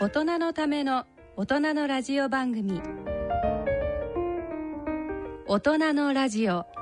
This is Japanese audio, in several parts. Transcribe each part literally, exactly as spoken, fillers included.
大人のための大人のラジオ番組、大人のラジオ。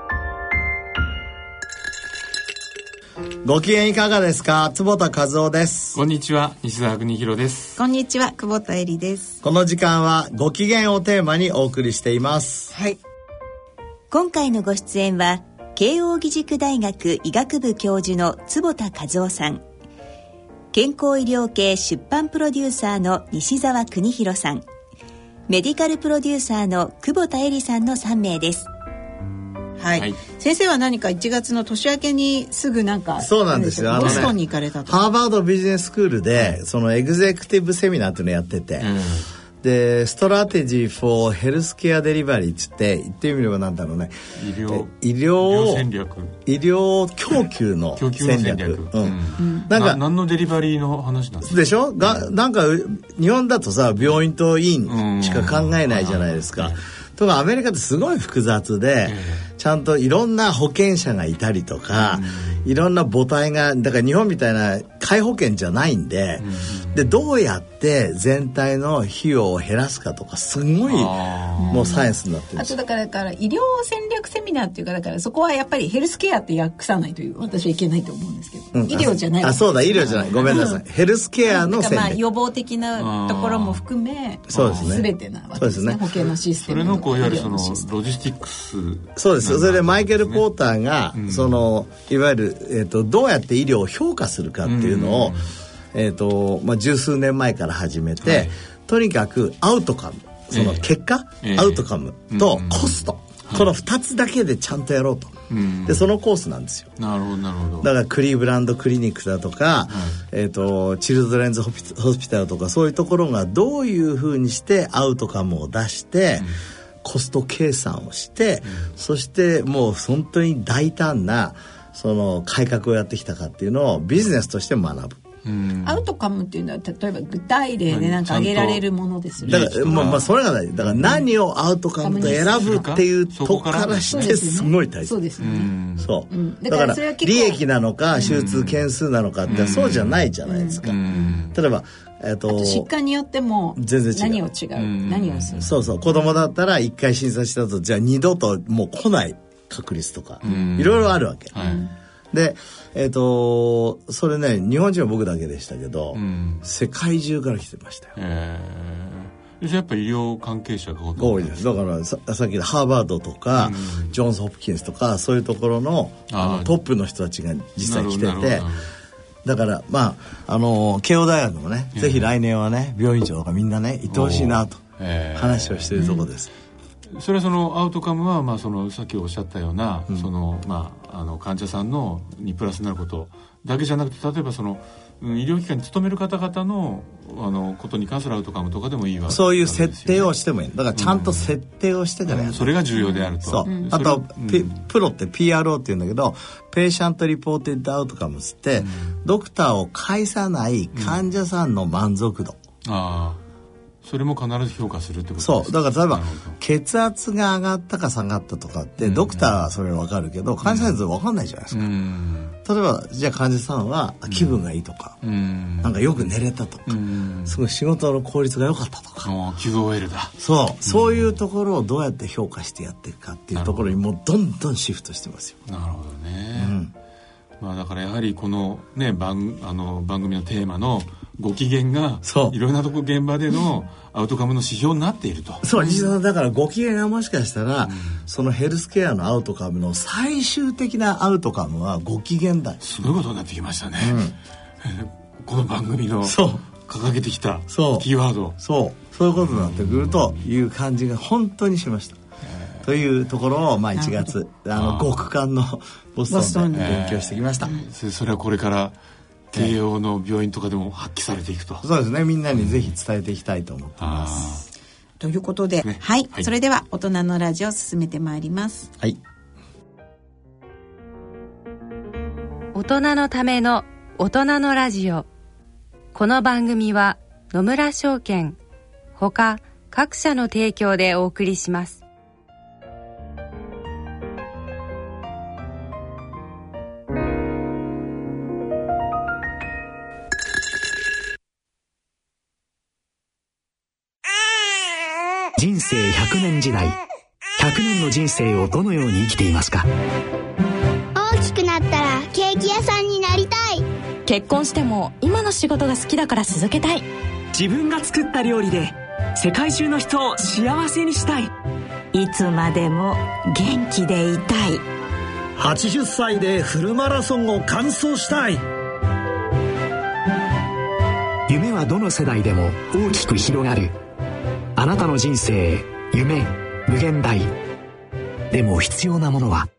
ご機嫌いかがですか？坪田和夫です。 こんにちは、西澤邦弘です。 こんにちは、久保田恵里です。 この時間はご機嫌をテーマにお送りしています。 はい。今回のご出演は慶應義塾大学医学部教授の坪田和夫さん、健康医療系出版プロデューサーの西澤邦弘さん、メディカルプロデューサーの久保田恵里さんのさん名です。はい、はい、先生は何かいちがつの年明けにすぐなんかそうなんですよ、 ボストンに行かれたと。 ハーバードビジネススクールでそのエグゼクティブセミナーっていうのをやってて、うん、でストラテジー for ヘルスケアデリバリーって言って言ってみればなんだろうね、 医療医療、医療戦略、医療供給の戦略、 戦略、うんうん、なんか何のデリバリーの話なんですかでしょが、なんか日本だとさ病院と医院しか考えないじゃないですか。とかアメリカってすごい複雑で、ちゃんといろんな保険者がいたりとか、いろんな母体が、だから日本みたいな皆保険じゃないんで、でどうやって全体の費用を減らすかとかすごいもうサイエンスになってるんですよ。 あとだから、だから医療戦略セミナーっていうか、だからそこはやっぱりヘルスケアって訳さないという、私はいけないと思うんですけど、うん、医療じゃない。 あ、そうだ、医療じゃない、ごめんなさい、ヘルスケアの戦略、 まあ予防的なところも含め、 そうですね、 全てなわけですね、保険のシステム、 それのこういわゆるそのロジスティックス、 そうです。それでマイケル・ポーターが、うん、そのいわゆる、えーと、どうやって医療を評価するかっていうのを、うんえーとまあ、十数年前から始めて、はい、とにかくアウトカム、その結果、えー、アウトカムとコスト、うん、このふたつだけでちゃんとやろうと、はい、でそのコースなんですよ。 なるほどなるほど。 だからクリーブランドクリニックだとか、はいえーと、チルドレンズホスピタルとかそういうところがどういうふうにしてアウトカムを出して、うんコスト計算をして、うん、そしてもう本当に大胆なその改革をやってきたかっていうのをビジネスとして学ぶ、うん、 アウトカムっていうのは例えば具体例で何か挙げられるものですよね。 だから、まあ、まあそれがないだから何をアウトカムと選ぶっていうとこからしてすごい大切。 そうですね、 そう、うん、だから利益なのか手術件数なのかってそうじゃないじゃないですか、うんうん、例えばえー、とあと疾患によっても全然違う、 何を違う、うん、何をする。 そうそう子供だったらいっかい診察したとじゃあ二度ともう来ない確率とか、うん、いろいろあるわけ、はい、でえっ、ー、とそれね日本人は僕だけでしたけど、うん、世界中から来てましたよ。 へー。じゃあやっぱり医療関係者が多いです。だからさ, さっきのハーバードとか、うん、ジョンズ・ホプキンスとかそういうところ の, あのトップの人たちが実際来てて、だからまああの慶応大学もね、うん、ぜひ来年はね病院長とかみんなね行ってほしいなと話をしているところです、 うん、それはそのアウトカムは、まあ、そのさっきおっしゃったような、うんそのまあ、あの患者さんのにプラスになることだけじゃなくて、例えばその医療機関に勤める方々 の, あのことに関するアウトカムとかでもいいわけですよね。 そういう設定をしてもいい。だからちゃんと設定をしてからやる、うん、 それが重要であると。 そう、うん、あと、うん、プロって ピーアールオー って言うんだけどペーシャントリポーテッドアウトカムスって、うん、ドクターを介さない患者さんの満足度、 うん、ああそれも必ず評価するってことですか。 そうだから例えば血圧が上がったか下がったとかって、うん、ドクターはそれ分かるけど、うん、患者さんは分かんないじゃないですか、うん、例えばじゃあ患者さんは気分がいいとか、うん、なんかよく寝れたとか、うん、すごい仕事の効率が良かったとか、 うん、キューオーエル だ。 そう、そういうところをどうやって評価してやっていくかっていうところにもうどんどんシフトしてますよ。 なるほどね、うんまあ、だからやはりこの、ね、番, あの番組のテーマのご機嫌がいろんなとこ現場でのアウトカムの指標になっていると。 そう実はだからご機嫌がもしかしたら、うん、そのヘルスケアのアウトカムの最終的なアウトカムはご機嫌だ。 すごいことになってきましたね、うんこの番組の掲げてきたキーワード。 そうそういうことになってくるという感じが本当にしました、うん、というところを、まあ、いちがつあの極寒のボストンで勉強してきました、えー、それはこれから慶応の病院とかでも発揮されていくと。 そうですね、みんなにぜひ伝えていきたいと思っています、 うん、ということで、ねはいはい、それでは大人のラジオを進めてまいります。 はい。 大人のための大人のラジオ。この番組は野村証券ほか各社の提供でお送りします。 人生ひゃくねん時代、ひゃくねんの人生をどのように生きていますか？ 大きくなったらケーキ屋さんになりたい。 結婚しても今の仕事が好きだから続けたい。 自分が作った料理で世界中の人を幸せにしたい。 いつまでも元気でいたい。 はちじゅっさいでフルマラソンを完走したい。 夢はどの世代でも大きく広がる。あなたの人生、夢、無限大。でも必要なものは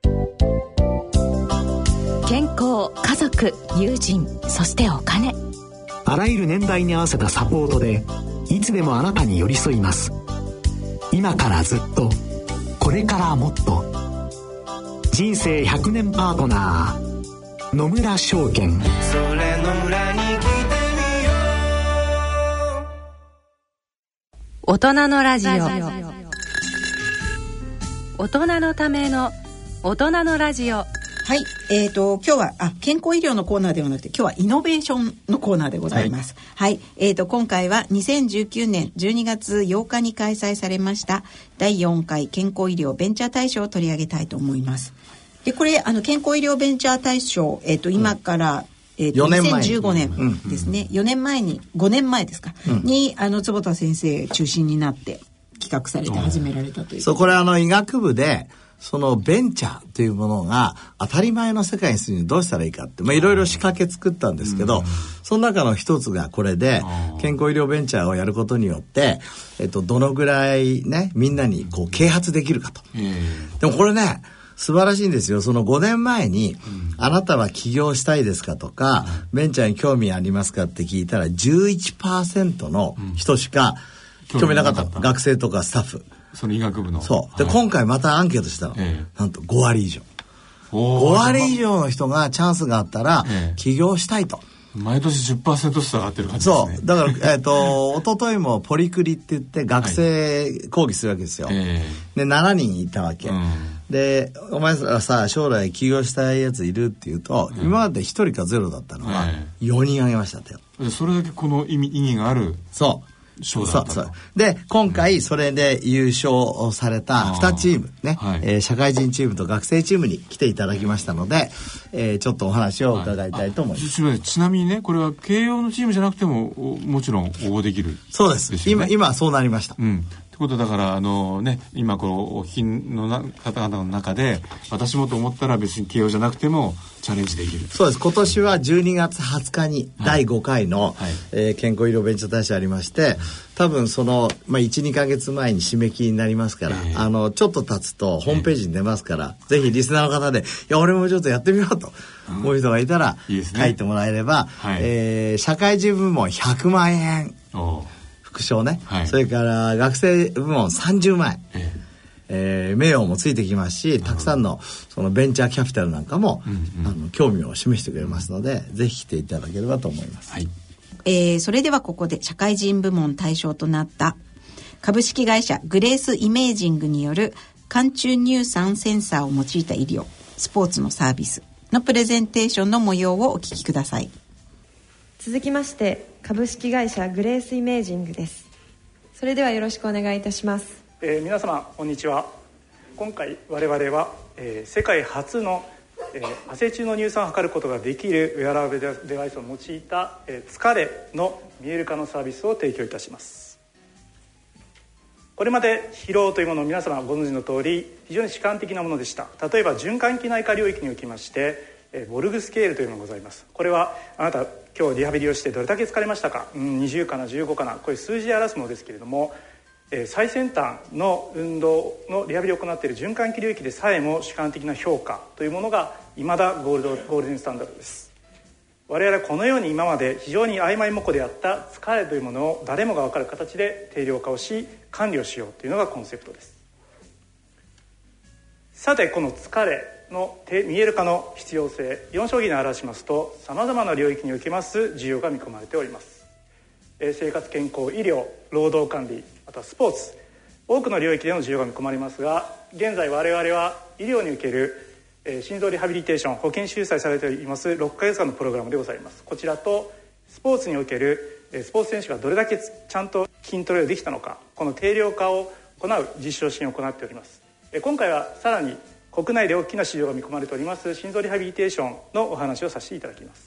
健康、家族、友人、そしてお金。 あらゆる年代に合わせたサポートでいつでもあなたに寄り添います。今からずっと、これからもっと。人生ひゃくねんパートナー、野村証券。それの裏に来てみよう。大人のラジオ。大人のための大人のラジオ。 はい、えーと今日はあ健康医療のコーナーではなくて、今日はイノベーションのコーナーでございます。はい、はい、えーと今回はにせんじゅうきゅうねんじゅうにがつようかに開催されましただいよんかい健康医療ベンチャー大賞を取り上げたいと思います。でこれあの健康医療ベンチャー大賞、えーと今から、うんえー、とにせんじゅうごねんですね、うん、よねんまえにごねんまえですか、うん、にあの坪田先生中心になって企画されて始められたという。 そう、これあの医学部でそのベンチャーというものが当たり前の世界にするにはどうしたらいいかって、まあ、いろいろ仕掛け作ったんですけど、うん、その中の一つがこれで健康医療ベンチャーをやることによって、えっと、どのぐらいねみんなにこう啓発できるかと、うん、でもこれね素晴らしいんですよ。そのごねんまえに、うん、あなたは起業したいですかとか、うん、ベンチャーに興味ありますかって聞いたら じゅういちパーセント の人しか興味なかった、うん、学生とかスタッフ、 その医学部の。 そうで、はい、今回またアンケートしたの、ええ、なんとごわり以上ごわり以上の人がチャンスがあったら、ええ、起業したいと。 毎年 じゅっパーセント ずつ上がってる感じですね。 そうだから、えー、と一昨日もポリクリって言って学生講義するわけですよ、はい、でしちにんいたわけ、うん、でお前らさ将来起業したいやついるって言うと、うん、今までひとりかゼロだったのがよにんあげましたってよ、 それだけこの意味、意義がある。 そう賞だったと。 そうそうで今回それで優勝されたにチームね、はい、えー、社会人チームと学生チームに来ていただきましたので、えー、ちょっとお話を伺いたいと思います、 はい、ちなみにねこれは慶応のチームじゃなくてももちろん応募できる、ね、 そうです。今今そうなりました、 うん、ってことだからあのね今このお聞きのな方々の中で私もと思ったら別に慶応じゃなくてもチャレンジできる。 そうです。今年はじゅうにがつはつかにだいごかいの、はいえー、健康医療ベンチャー大賞ありまして、多分その、まあ、いちにかげつまえに締め切りになりますから、えー、あのちょっと経つとホームページに出ますから、えー、ぜひリスナーの方でいや俺もちょっとやってみようと思う人がいたら、うん、いいですね、書いてもらえれば、はいえー、社会人部門ひゃくまんえん副賞ね、はい、それから学生部門さんじゅうまんえん、えーえー、名誉もついてきますし、たくさんのそのベンチャーキャピタルなんかも、うんうん、あの興味を示してくれますので、ぜひ来ていただければと思います、はいえー、それではここで社会人部門対象となった株式会社グレースイメージングによる寒中乳酸センサーを用いた医療スポーツのサービスのプレゼンテーションの模様をお聞きください。 続きまして株式会社グレースイメージングです。それではよろしくお願いいたします。 えー、皆様こんにちは。今回我々は、えー、世界初の、えー、汗中の乳酸を測ることができるウェアラブルデバイスを用いた、えー、疲れの見える化のサービスを提供いたします。これまで疲労というものを皆様ご存知の通り非常に主観的なものでした。例えば循環器内科領域におきまして、えー、ボルグスケールというのがございます。これはあなた今日リハビリをしてどれだけ疲れましたか、うん、にじゅうかなじゅうごかな、こういう数字で表すものですけれども、えー、最先端の運動のリハビリを行っている循環器領域でさえも主観的な評価というものが未だゴールド、ゴールデンスタンダードです。我々はこのように今まで非常に曖昧模糊であった疲れというものを誰もが分かる形で定量化をし管理をしようというのがコンセプトです。さてこの疲れの見える化の必要性、よんしょうぎに表しますとさまざまな領域におけます需要が見込まれております。生活健康、医療、労働管理、あとはスポーツ、多くの領域での需要が見込まれますが、現在我々は医療における心臓リハビリテーション、保険収載されておりますろっかげつかんのプログラムでございます。こちらとスポーツにおけるスポーツ選手がどれだけちゃんと筋トレをできたのか、この定量化を行う実証試験を行っております。今回はさらに国内で大きな市場が見込まれております心臓リハビリテーションのお話をさせていただきます。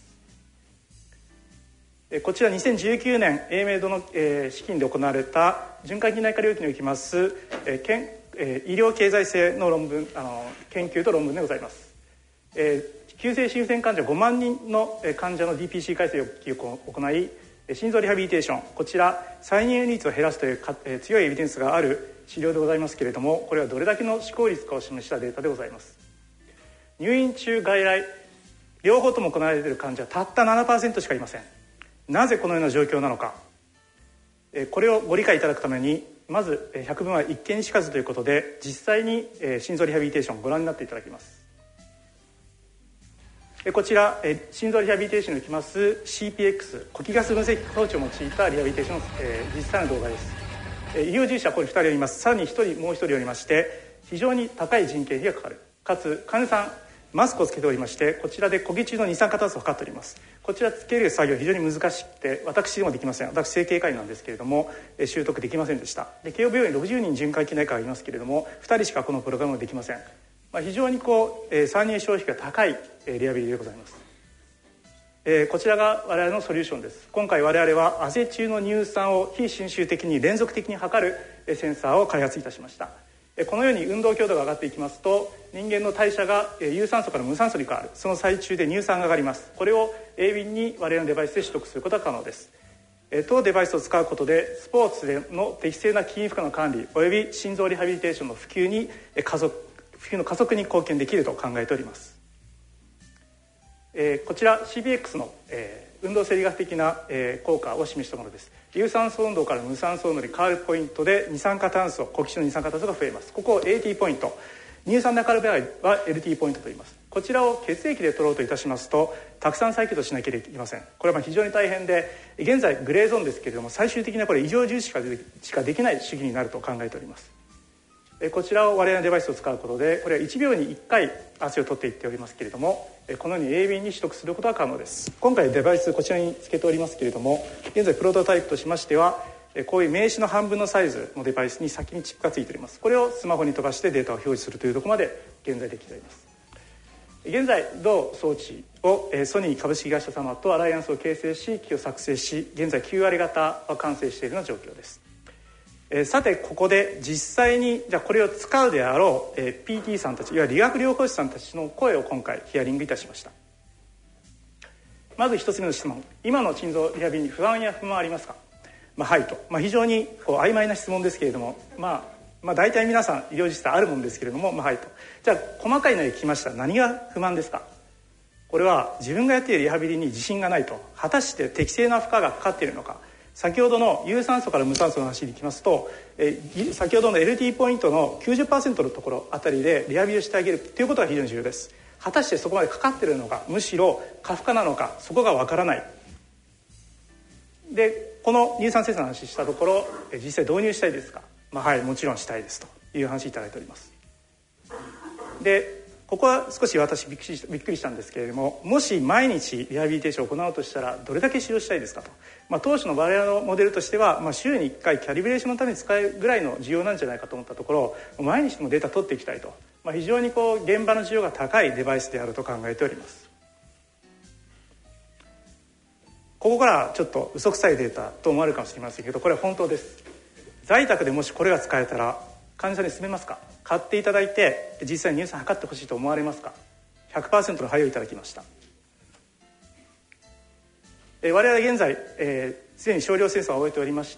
こちらにせんじゅうきゅうねん エーメイド の資金で行われた循環器内科領域におきます医療経済性の論文あの研究と論文でございます。急性心不全患者ごまんにんの患者の ディーピーシー 改正を行い、心臓リハビリテーション、こちら再入院率を減らすという強いエビデンスがある治療でございますけれども、これはどれだけの死亡率かを示したデータでございます。入院中外来両方とも行われている患者はたった ななパーセント しかいません。なぜこのような状況なのか、これをご理解いただくためにまず百聞は一見にしかずということで、実際に心臓リハビリテーションをご覧になっていただきます。こちら心臓リハビリテーションにおきます シーピーエックス 呼気ガス分析装置を用いたリハビリテーションの実際の動画です。医療従事者はこれふたりおります。さらにひとりもうひとりおりまして、非常に高い人件費がかかる、かつ患者さんマスクをつけておりまして、こちらで呼気中の二酸化炭素を測っております。こちらつける作業非常に難しくて、私でもできません。私整形外科医なんですけれども習得できませんでした。で慶応病院ろくじゅうにん循環器内科がいますけれども、ふたりしかこのプログラムできません。まあ、非常にこう、えー、参入消費が高い、えー、リハビリでございます。えー、こちらが我々のソリューションです。今回我々は汗中の乳酸を非侵襲的に連続的に測る、えー、センサーを開発いたしました。えー、このように運動強度が上がっていきますと、人間の代謝が、えー、有酸素から無酸素に変わる。その最中で乳酸が上がります。これを鋭敏に我々のデバイスで取得することが可能です。えー、当デバイスを使うことでスポーツでの適正な筋負荷の管理および心臓リハビリテーションの普及に、えー、加速普及の加速に貢献できると考えております。えー、こちら シーピーエックス の、えー、運動生理学的な、えー、効果を示したものです。有酸素運動から無酸素運動に変わるポイントで二酸化炭素、呼気中の二酸化炭素が増えます。ここを エーティー ポイント、乳酸で測る場合は エルティー ポイントと言います。こちらを血液で取ろうといたしますと、たくさん採血しなければいけません。これはまあ非常に大変で、現在グレーゾーンですけれども、最終的にはこれ医療従事者しかできない主義になると考えております。こちらを我々のデバイスを使うことで、これはいちびょうにいっかい汗を取っていっておりますけれども、このように鋭敏に取得することが可能です。今回デバイスこちらにつけておりますけれども、現在プロトタイプとしましてはこういう名刺の半分のサイズのデバイスに先にチップがついております。これをスマホに飛ばしてデータを表示するというところまで現在できております。現在同装置をソニー株式会社様とアライアンスを形成し機を作成し、現在きゅうわり型は完成しているような状況です。えー、さてここで実際にじゃあこれを使うであろう、えー、ピーティー さんたち、いわゆる理学療法士さんたちの声を今回ヒアリングいたしました。まず一つ目の質問、今の心臓リハビリに不安や不満はありますか。まあ、はいと、まあ、非常にこう曖昧な質問ですけれども、まあ、まあ大体皆さん医療実際あるもんですけれども、まあ、はいと。じゃあ細かい内容聞きました。何が不満ですか。これは自分がやっているリハビリに自信がないと、果たして適正な負荷がかかっているのか。先ほどの有酸素から無酸素の話に行きますと、えー、先ほどの エルティー ポイントの きゅうじゅっパーセント のところあたりでリハビリをしてあげるということが非常に重要です。果たしてそこまでかかっているのか、むしろ過負荷なのか、そこがわからない。でこの乳酸センサーの話したところ、え実際導入したいですか。まあ、はい、もちろんしたいですという話いただいております。でここは少し私びっくりした、びっくりしたんですけれども、もし毎日リハビリテーションを行おうとしたらどれだけ使用したいですかと、まあ、当初の我々のモデルとしては、まあ、週にいっかいキャリブレーションのために使えるぐらいの需要なんじゃないかと思ったところ、毎日でもデータ取っていきたいと、まあ、非常にこう現場の需要が高いデバイスであると考えております。ここからちょっと嘘くさいデータと思われるかもしれませんけど、これは本当です。在宅でもしこれが使えたら患者さんに勧めますか。買っていただいて実際に乳酸測ってほしいと思われますか。 ひゃくパーセント のはいをいただきました。え我々現在すで、えー、に少量センサーを終えておりまして、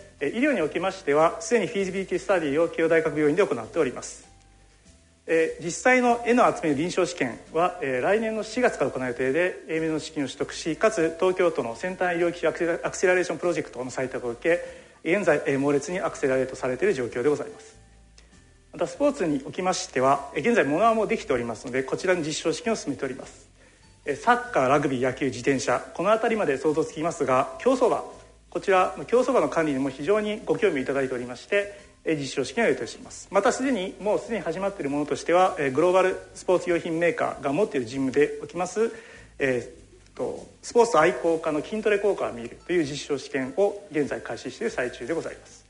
医療におきましてはすでにフィージビリティスタディを慶応大学病院で行っております。えー、実際の N を集める臨床試験は、えー、来年のしがつから行う予定で エーエムエル の資金を取得し、かつ東京都の先端医療機器アクセラレーションプロジェクトの採択を受け、現在、えー、猛烈にアクセラレートされている状況でございます。またスポーツにおきましては現在モノアもできておりますので、こちらに実証試験を進めております。サッカー、ラグビー、野球、自転車、この辺りまで想像つきますが、競走馬、こちら競走馬の管理にも非常にご興味いただいておりまして、実証試験を予定しています。またすでにもうすでに始まっているものとしては、グローバルスポーツ用品メーカーが持っているジムでおきます、えー、とスポーツ愛好家の筋トレ効果を見るという実証試験を現在開始している最中でございます。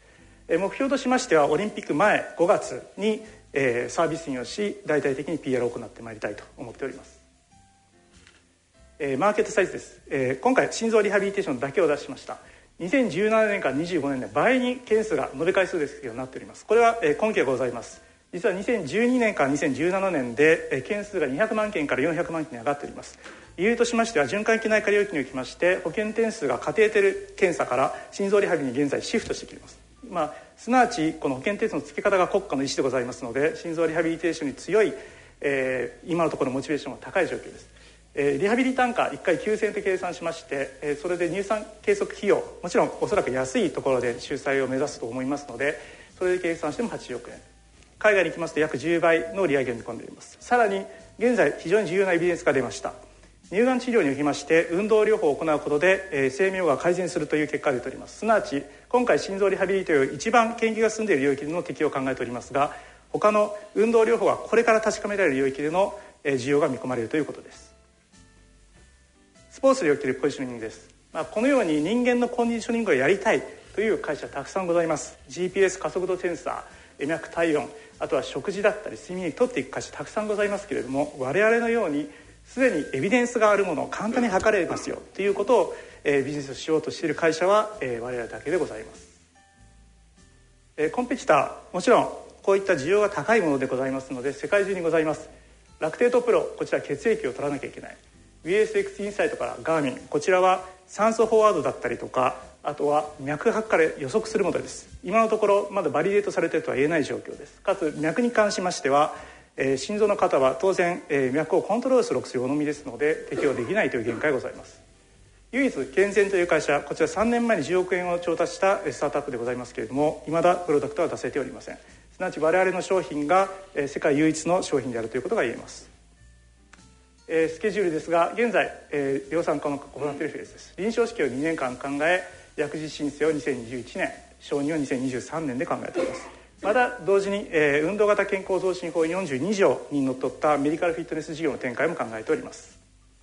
えー、目標としましてはオリンピック前ごがつに、えー、サービスにをし大々的に ピーアール を行ってまいりたいと思っております。えー、マーケットサイズです。えー、今回心臓リハビリテーションだけを出しました。にせんじゅうななねんからにじゅうごねんで倍に件数が延べ回数ですけどなっております。これは、えー、根拠がございます。実はにせんじゅうにねんからにせんじゅうななねんで、えー、件数がにひゃくまんけんからよんひゃくまんけんに上がっております。理由としましては循環器内科領域におきまして保険点数がカテーテル検査から心臓リハビリに現在シフトしてきています。まあ、すなわちこの保険点数の付け方が国家の意思でございますので心臓リハビリテーションに強い、えー、今のところモチベーションが高い状況です。えー、リハビリ単価いっかいきゅうせんえんと計算しまして、えー、それで乳酸計測費用もちろんおそらく安いところで収載を目指すと思いますのでそれで計算してもはちおくえん、海外に行きますと約じゅうばいの利上げを見込んでいます。さらに現在非常に重要なエビデンスが出ました。乳がん治療におきまして運動療法を行うことで、えー、生命が改善するという結果が出ております。すなわち今回心臓リハビリという一番研究が進んでいる領域での適用を考えておりますが他の運動療法がこれから確かめられる領域での、えー、需要が見込まれるということです。スポーツにおけるポジショニングです。まあ、このように人間のコンディショニングをやりたいという会社たくさんございます。 ジーピーエス 加速度センサー、脈体温、あとは食事だったり睡眠にとっていく会社たくさんございますけれども我々のようにすでにエビデンスがあるものを簡単に測れますよということを、えー、ビジネスをしようとしている会社は、えー、我々だけでございます。えー、コンペティターもちろんこういった需要が高いものでございますので世界中にございます。ラクテートプロ、こちら血液を取らなきゃいけない。 ビーエスエックス インサイトからガーミン、こちらは酸素フォワードだったりとかあとは脈拍から予測するものです。今のところまだバリデートされているとは言えない状況です。かつ脈に関しましてはえー、心臓の方は当然、えー、脈をコントロールするお薬をお飲みですので適用できないという限界がございます。唯一健全という会社、こちらさんねんまえにじゅうおくえんを調達したスタートアップでございますけれども未だプロダクトは出せておりません。すなわち我々の商品が、えー、世界唯一の商品であるということが言えます。えー、スケジュールですが現在、えー、量産化の行っているフェーズです。臨床試験をにねんかん考え薬事申請をにせんにじゅういちねん、承認をにせんにじゅうさんねんで考えております。また同時に、えー、運動型健康増進法よんじゅうにじょうにのっとったメディカルフィットネス事業の展開も考えております。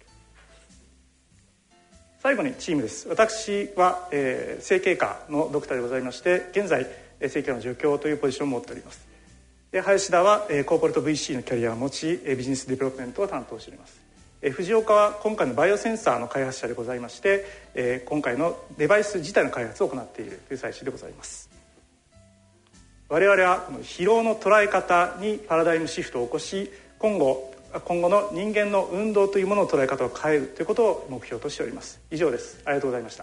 最後にチームです。私は、えー、整形科のドクターでございまして現在整形の助教というポジションを持っております。で林田は、えー、コーポレート ブイシー のキャリアを持ち、えー、ビジネスディベロップメントを担当しております。えー、藤岡は今回のバイオセンサーの開発者でございまして、えー、今回のデバイス自体の開発を行っているという最終でございます。我々はこの疲労の捉え方にパラダイムシフトを起こし今後今後の人間の運動というものの捉え方を変えるということを目標としております。以上です。ありがとうございました。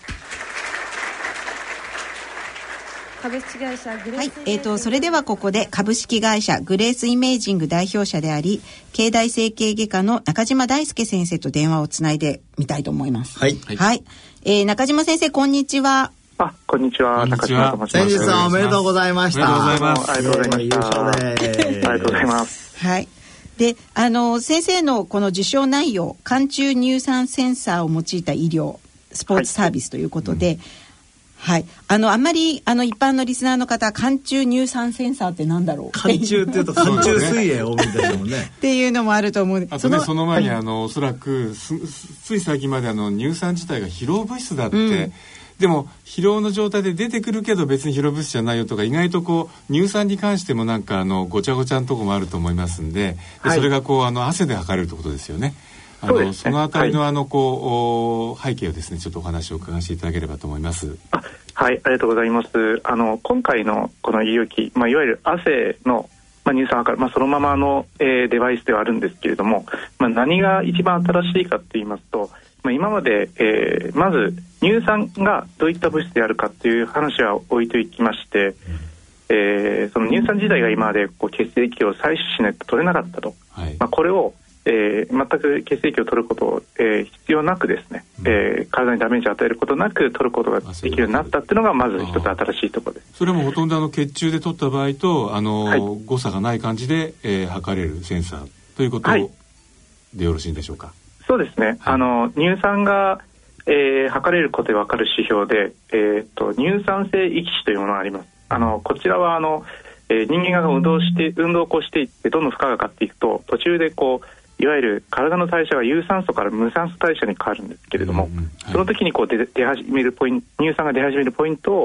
株式会社グレース、 はいえー、とそれではここで株式会社グレースイメージング代表者であり経大整形外科の中島大輔先生と電話をつないでみたいと思います。 はい、 はいえー、中島先生こんにちは。 あ、こんにちは。中島と申します。 先日はおめでとうございました。 ありがとうございます。ありがとうございました。 ありがとうございます。 はい。で、あの先生のこの受賞内容、肝中乳酸センサーを用いた医療スポーツサービスということで、はい。うんはい、あのあんまりあの一般のリスナーの方肝中乳酸センサーってなんだろう肝中っていうと肝中水泳をみたいなもんねっていうのもあると思う。 あとね そ, その前にあの、はい、おそらくつい最近まであの乳酸自体が疲労物質だって、うん、でも疲労の状態で出てくるけど別に疲労物質じゃないよとか意外とこう乳酸に関してもなんかあのごちゃごちゃのとこもあると思いますんで、でそれがこうあの汗で測れるってことですよね。あの そ, ね、そのあたりのあのこう、はい、背景をですねちょっとお話を伺わせていただければと思います。 あはい、ありがとうございます。あの今回のこの医療機、まあ、いわゆる汗の、まあ、乳酸を測る、まあ、そのままの、えー、デバイスではあるんですけれども、まあ、何が一番新しいかと言いますと、まあ、今まで、えー、まず乳酸がどういった物質であるかという話は置いていきまして、えー、その乳酸自体が今までこう血液を採取しないと取れなかったと、はい、まあ、これをえー、全く血液を取ることを、えー、必要なくですね、うん、えー、体にダメージを与えることなく取ることができるようになったっていうのがまず一つ新しいところです。 それもほとんどあの血中で取った場合とあの、はい、誤差がない感じで、えー、測れるセンサーということでよろしいんでしょうか。はい、 そうですね、はい、あの乳酸が、えー、測れることで分かる指標で、えー、と乳酸性域値というものがあります。あのこちらはあの、えー、人間が運動して運動をこうしていってどんどん負荷がかかっていくと途中でこういわゆる体の代謝が有酸素から無酸素代謝に変わるんですけれども、うんうん、はい、その時にこう 出, 出始めるポイント乳酸が出始めるポイントを、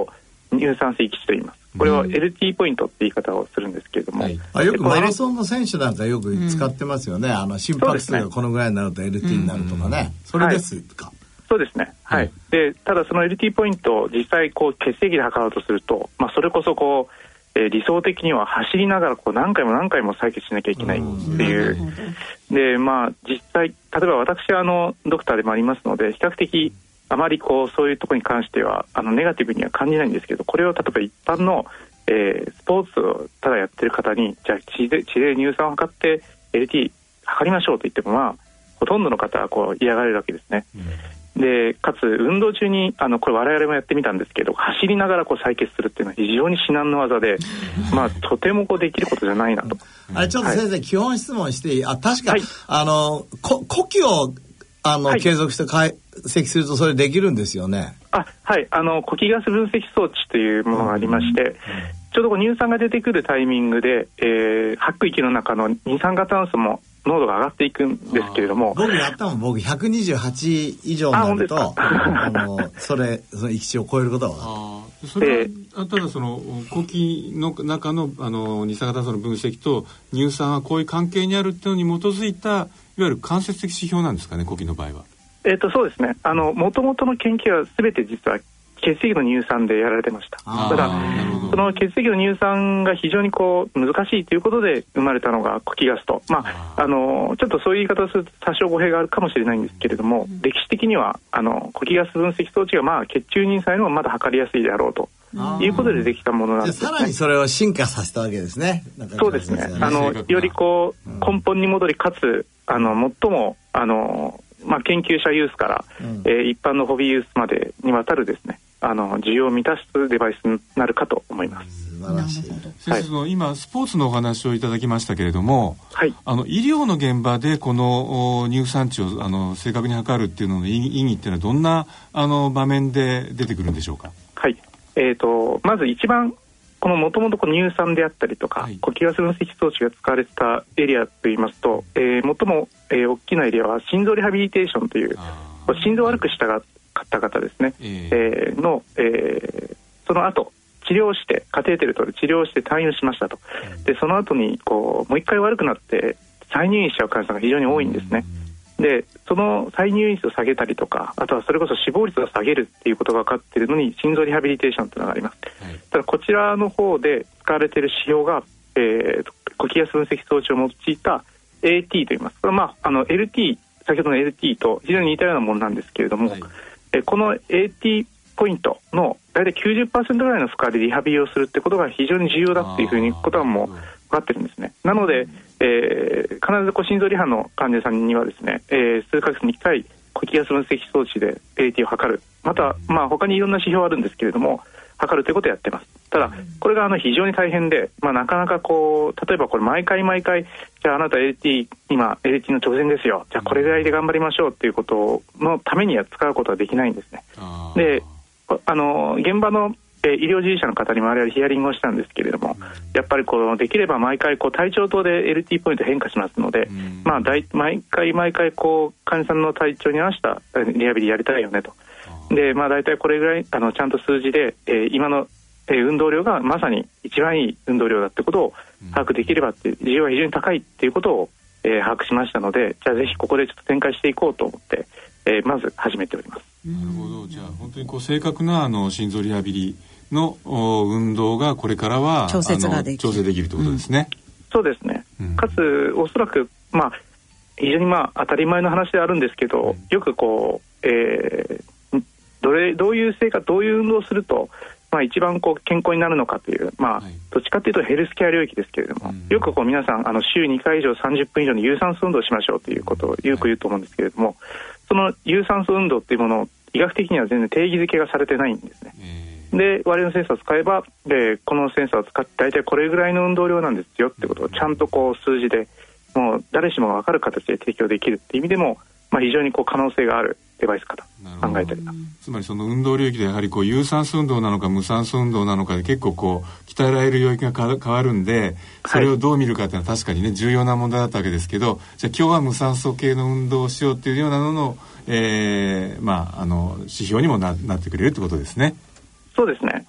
乳酸性基地と言います。これを エルティー ポイントって言い方をするんですけれども、はい、 あよくマラソンの選手なんかよく使ってますよね、うん、あの心拍数がこのぐらいになると エルティー になるとかね、それですか、はい、 そうですね、はい、うん、でただその エルティー ポイントを実際こう血液で測ろうとすると、まあ、それこそこう、えー、理想的には走りながらこう何回も何回も採血しなきゃいけないっていう、うん、でまあ実際例えば私はあのドクターでもありますので比較的あまりこうそういうところに関してはあのネガティブには感じないんですけど、これを例えば一般の、えー、スポーツをただやってる方にじゃあ血で、血で乳酸を測って エルティー 測りましょうと言っても、まあ、ほとんどの方はこう嫌がれるわけですね、うん、でかつ運動中にあのこれ我々もやってみたんですけど、走りながらこう採血するっていうのは非常に至難の技で、まあ、とてもこうできることじゃないなと。 あれちょっと先生、はい、基本質問していい？あ確か、はい、あのこ呼吸をあの、はい、継続して解析するとそれできるんですよね。 あはいあの呼気ガス分析装置というものがありまして、うんうん、ちょうどこう乳酸が出てくるタイミングで、えー、吐く息の中の二酸化炭素も濃度が上がっていくんですけれども、 僕やったもん僕ひゃくにじゅうはち以上になると あ, あのそれその域値を超えることは分かった。 それは、えー、ただその呼気の中 の, あの二酸化炭素の分析と乳酸はこういう関係にあるっていうのに基づいたいわゆる間接的指標なんですかね、呼気の場合は。 えーとそうですね、あの元々の研究は全て実は血液の乳酸でやられてました。ただその血液の乳酸が非常にこう難しいということで生まれたのが呼気ガスと、まあ、あのちょっとそういう言い方をすると多少語弊があるかもしれないんですけれども、うん、歴史的にはあの呼気ガス分析装置がまあ血中妊娠のまだ測りやすいであろうということでできたものなんですね。 さらにそれを進化させたわけですね。 そうですね、あのよりこう根本に戻りかつあの最もあの、まあ、研究者ユースから、うん、えー、一般のホビーユースまでにわたるですね、あの需要を満たすデバイスになるかと思います。 素晴らしい。 先生、はい、今スポーツのお話をいただきましたけれども、はい、あの医療の現場でこの乳酸値をあの正確に測るっていうのの意義っていうのはどんなあの場面で出てくるんでしょうか。 はい、えーと、まず一番このもともと乳酸であったりとか、はい、呼気ガス分析装置が使われてたエリアといいますと、えー、最も、えー、大きなエリアは心臓リハビリテーションという心臓を悪くしたが方々ですね、えーえー、の、えー、その後治療してカテーテルと治療して退院しましたと、うん、でその後にこうもう一回悪くなって再入院しちゃう患者さんが非常に多いんですね、うん、でその再入院率を下げたりとか、あとはそれこそ死亡率を下げるっていうことが分かっているのに心臓リハビリテーションというのがあります、はい、ただこちらの方で使われている指標が、えー、呼気ガス分析装置を用いた エーティー といいます。これは、まあ、あの エルティー 先ほどの エルティー と非常に似たようなものなんですけれども、はい、えこの エーティー ポイントの大体 きゅうじゅっパーセント ぐらいの負荷でリハビリをするってことが非常に重要だっていうふうにことはもう分かってるんですね。なので、えー、必ずこう心臓リハの患者さんにはですね、えー、数ヶ月にいっかい呼気ガス分析装置で エーティー を測る、また、まあ、他にいろんな指標あるんですけれども測るということをやってます。ただこれがあの非常に大変で、まあ、なかなかこう例えばこれ毎回毎回じゃああなた エルティー 今 エルティー の直前ですよ、じゃあこれぐらいで頑張りましょうっていうことのためには使うことはできないんですね。であの現場の、えー、医療従事者の方にも我々ヒアリングをしたんですけれども、やっぱりこうできれば毎回こう体調等で エルティー ポイント変化しますので、まあ、大毎回毎回こう患者さんの体調に合わせたリハビリやりたいよねと。で、まあ、大体これぐらいあのちゃんと数字で、えー、今の、えー、運動量がまさに一番いい運動量だってことを把握できればっていう需要が非常に高いっていうことを、えー、把握しましたので、じゃあぜひここでちょっと展開していこうと思って、えー、まず始めております。 なるほど。じゃあ本当にこう正確なあの心臓リハビリの運動がこれからは調節ができる調整できるということですね、うん、 そうですね、うん、かつおそらく、まあ、非常にまあ当たり前の話であるんですけど、うん、よくこう、えー、どれどういう成果どういう運動をすると、まあ、一番こう健康になるのかという、まあはい、どっちかというとヘルスケア領域ですけれども、うん、よくこう皆さんあの週にかい以上さんじゅっぷん以上の有酸素運動をしましょうということをよく言うと思うんですけれども、はい、その有酸素運動というものを医学的には全然定義づけがされてないんですね。で我々のセンサーを使えばでこのセンサーを使って大体これぐらいの運動量なんですよってことをちゃんとこう数字でもう誰しもが分かる形で提供できるっていう意味でも、まあ、非常にこう可能性があるデバイスかと考えております。 つまりその運動領域でやはりこう有酸素運動なのか無酸素運動なのかで結構こう鍛えられる領域が変わるんで、それをどう見るかっていうのは確かにね重要な問題だったわけですけど、じゃあ今日は無酸素系の運動をしようっていうようなのの、えーまあ、あの指標にも な, なってくれるってことですね。 そうですね。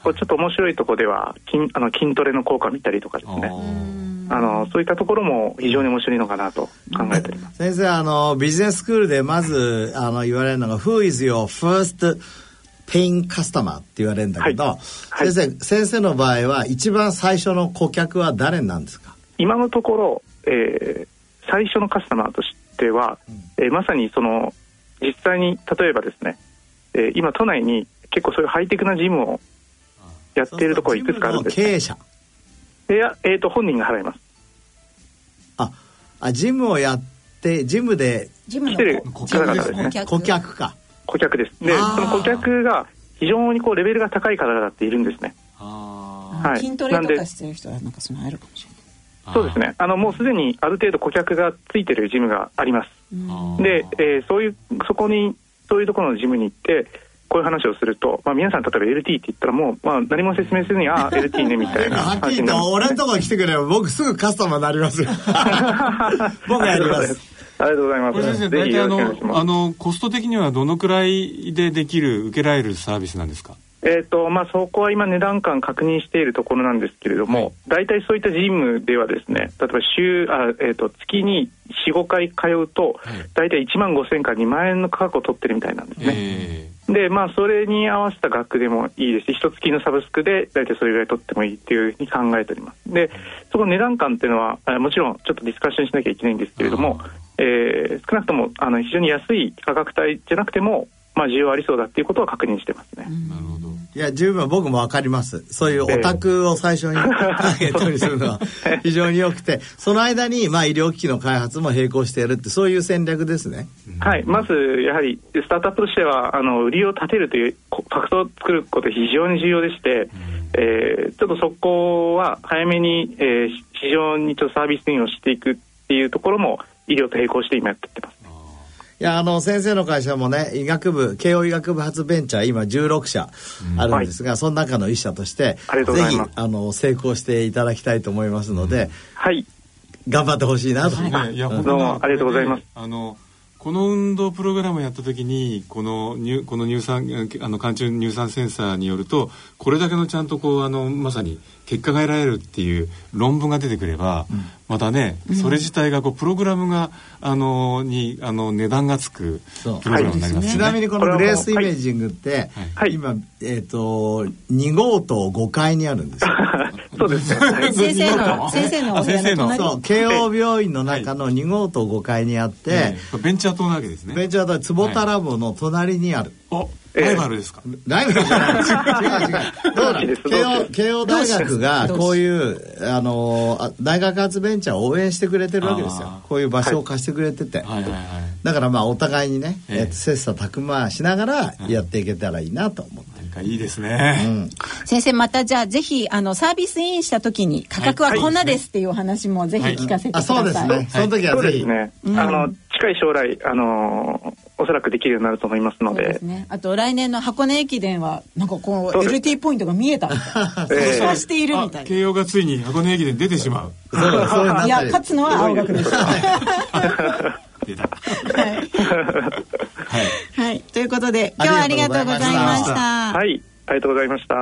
こうちょっと面白いところでは 筋, あの筋トレの効果を見たりとかですね、あのそういったところも非常に面白いのかなと考えております。 先生、あのビジネススクールでまずあの言われるのが Who is your first paying customer って言われるんだけど、はいはい、先生、先生の場合は一番最初の顧客は誰なんですか？ 今のところ、えー、最初のカスタマーとしては、うんえー、まさにその実際に例えばですね、えー、今都内に結構そういうハイテクなジムをやっているところいくつかあるんです、ね、 経営者いや、えーと、本人が払います。 ああジムをやってジムで来てる方々ですね。 顧客か顧客です。でその顧客が非常にこうレベルが高い方々っているんですね。 あ、はい、筋トレとかしてる人はなんかそのあるかもしれない。 そうですね、あのもうすでにある程度顧客がついてるジムがあります。で、えー、そういうそこにそういうところのジムに行ってこういう話をすると、まあ、皆さん例えば エルティー って言ったらもう、まあ、何も説明せずにああ エルティー ねみたいなはっきり言って俺のところに来てくれば僕すぐカスタマーになりますよ僕やります。 ありがとうございます。 これ先生、大体あのあのコスト的にはどのくらいでできる受けられるサービスなんですか？ えーとまあ、そこは今値段感確認しているところなんですけれども、はい、大体そういったジムではですね、例えば週あ、えーと月に よん,ご 回通うと、はい、大体いちまんごせんからにまん円の価格を取ってるみたいなんですね。でまあそれに合わせた額でもいいですし、一月のサブスクで大体それぐらい取ってもいいっていうふうに考えております。でその値段感っていうのはもちろんちょっとディスカッションしなきゃいけないんですけれども、えー、少なくともあの非常に安い価格帯じゃなくてもまあ需要ありそうだっていうことは確認してますね。 なるほど。いや十分僕も分かります。そういうオタクを最初にターゲットにするのは非常に良くてその間にまあ医療機器の開発も並行してやるってそういう戦略ですね。 はい、まずやはりスタートアップとしてはあの売りを立てるというファクトを作ること非常に重要でして、うんえー、ちょっとそこは早めに、えー、市場にちょっとサービス運用していくっていうところも医療と並行して今やってってます。 いやあの先生の会社もね医学部慶応医学部発ベンチャー今じゅうろくしゃあるんですが、うんはい、その中のいっしゃとしてぜひあの成功していただきたいと思いますので、うん、 はい頑張ってほしいなと、 はい、いやどうもありがとうございます。 あのこの運動プログラムをやった時にこの乳この乳酸あの寒中乳酸センサーによるとこれだけのちゃんとこうあのまさに結果が得られるっていう論文が出てくれば、うん、またね、うん、それ自体がこうプログラムがあのにあの値段がつくプログラムになりますね。 ちなみにこのグレースイメージングって、はい、今、えー、とに号棟ごかいにあるんですよそうですね先生の先生のお部屋の隣そう慶応病院の中のに号棟ごかいにあって、はいえー、ベンチャー棟なわけですね。 ベンチャー棟坪田ラボの隣にある、 はい、おライバルですか？ ライバルじゃない違う違うだから慶応、慶応大学がこういうあの大学発ベンチャーを応援してくれてるわけですよ。こういう場所を貸してくれてて、はいはいはいはい、だからまあお互いにね、えー、切磋琢磨しながらやっていけたらいいなと思って、 なんかいいですね、うん、 先生またじゃあぜひあのサービスインした時に価格はこんなですっていうお話もぜひ聞かせてください。 はいはい、あそうですね、その時はぜひ、 ねうん、あの近い将来あのおそらくできるようになると思いますので。 そうですね、あと来年の箱根駅伝はなんかこう エルティー ポイントが見えたそうしているみたいな。 慶応がついに箱根駅伝出てしまうそうそういや勝つのは青学でした出たはい、はいはい、ということで今日はありがとうございました。 はいありがとうございました。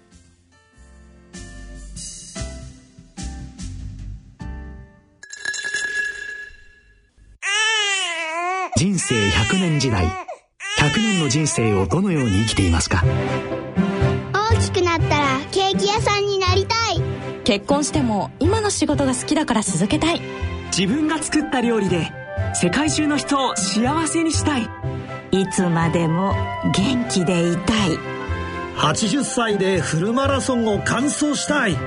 人生ひゃくねん時代、ひゃくねんの人生をどのように生きていますか？ 大きくなったらケーキ屋さんになりたい。 結婚しても今の仕事が好きだから続けたい。 自分が作った料理で世界中の人を幸せにしたい。 いつまでも元気でいたい。 はちじゅっさいでフルマラソンを完走したい。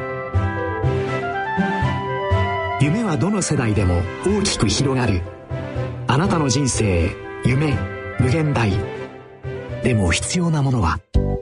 夢はどの世代でも大きく広がる。あなたの人生、夢、無限大。でも必要なものは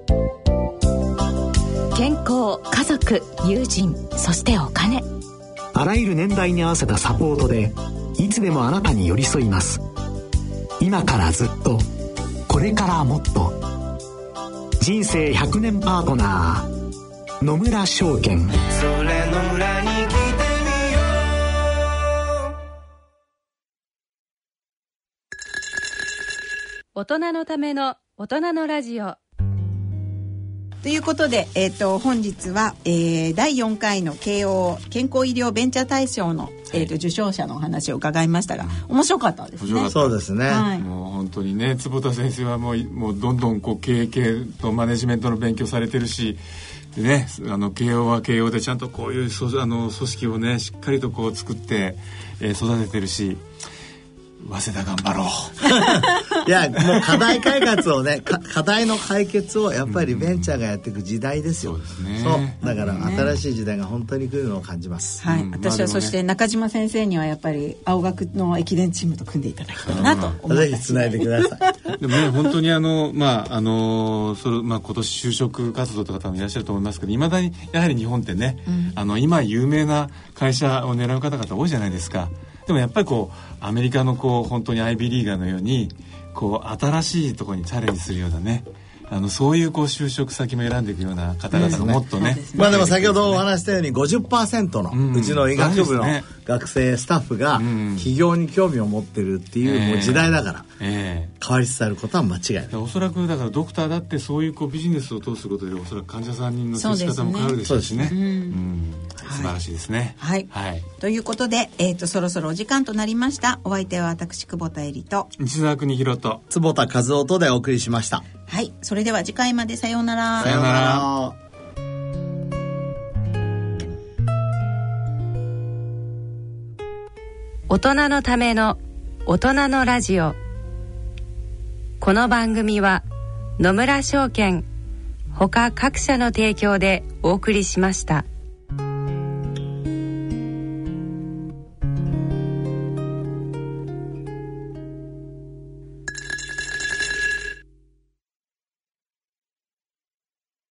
健康、家族、友人、そしてお金。 あらゆる年代に合わせたサポートでいつでもあなたに寄り添います。今からずっと、これからもっと。人生ひゃくねんパートナー、野村証券。それの裏に来てみよう。 大人のための大人のラジオ。 ということで、えー、と本日は、えー、だいよんかいの慶応健康医療ベンチャー大賞の、えー、と受賞者のお話を伺いましたが、面白かったですね。 そうですね、 はい、 もう本当にね、坪田先生はもう、もうどんどんこう経営系とマネジメントの勉強されてるし、でね、あの慶応は慶応でちゃんとこういうそあの組織をねしっかりとこう作って、えー、育ててるし、早稲田頑張ろう。 いや、もう課題開発をね課題の解決をやっぱりベンチャーがやっていく時代ですよ、うん、そうですね。そうだから新しい時代が本当に来るのを感じます、 はい、うん、私はそして中島先生にはやっぱり青学の駅伝チームと組んでいただきたいなと思います。 ぜひつないでください。 でもね、本当にあの、まああのそれまあ、今年就職活動とか多分いらっしゃると思いますけど、いまだにやはり日本ってね、うん、あの今有名な会社を狙う方々多いじゃないですか。でもやっぱりこうアメリカのこう本当にアイビーリーガーのようにこう新しいところにチャレンジするようなね、あのそういうこう就職先も選んでいくような方々がもっとね、 まあでも先ほどお話したように ごじゅっパーセント のうちの医学部の学生スタッフが起業に興味を持ってるっていうもう時代だから変わりつつあることは間違いない。 おそらくだからドクターだってそういうこうビジネスを通すことでおそらく患者さんの接し方も変わるでしょうしね。うん、素晴らしいですね。 はい、はい、ということで、えーと、そろそろお時間となりました。お相手は私久保田恵里と西澤邦弘と坪田和夫とでお送りしました。 はい、それでは次回までさようなら。 さようなら。 大人のための大人のラジオ。この番組は野村証券ほか各社の提供でお送りしました。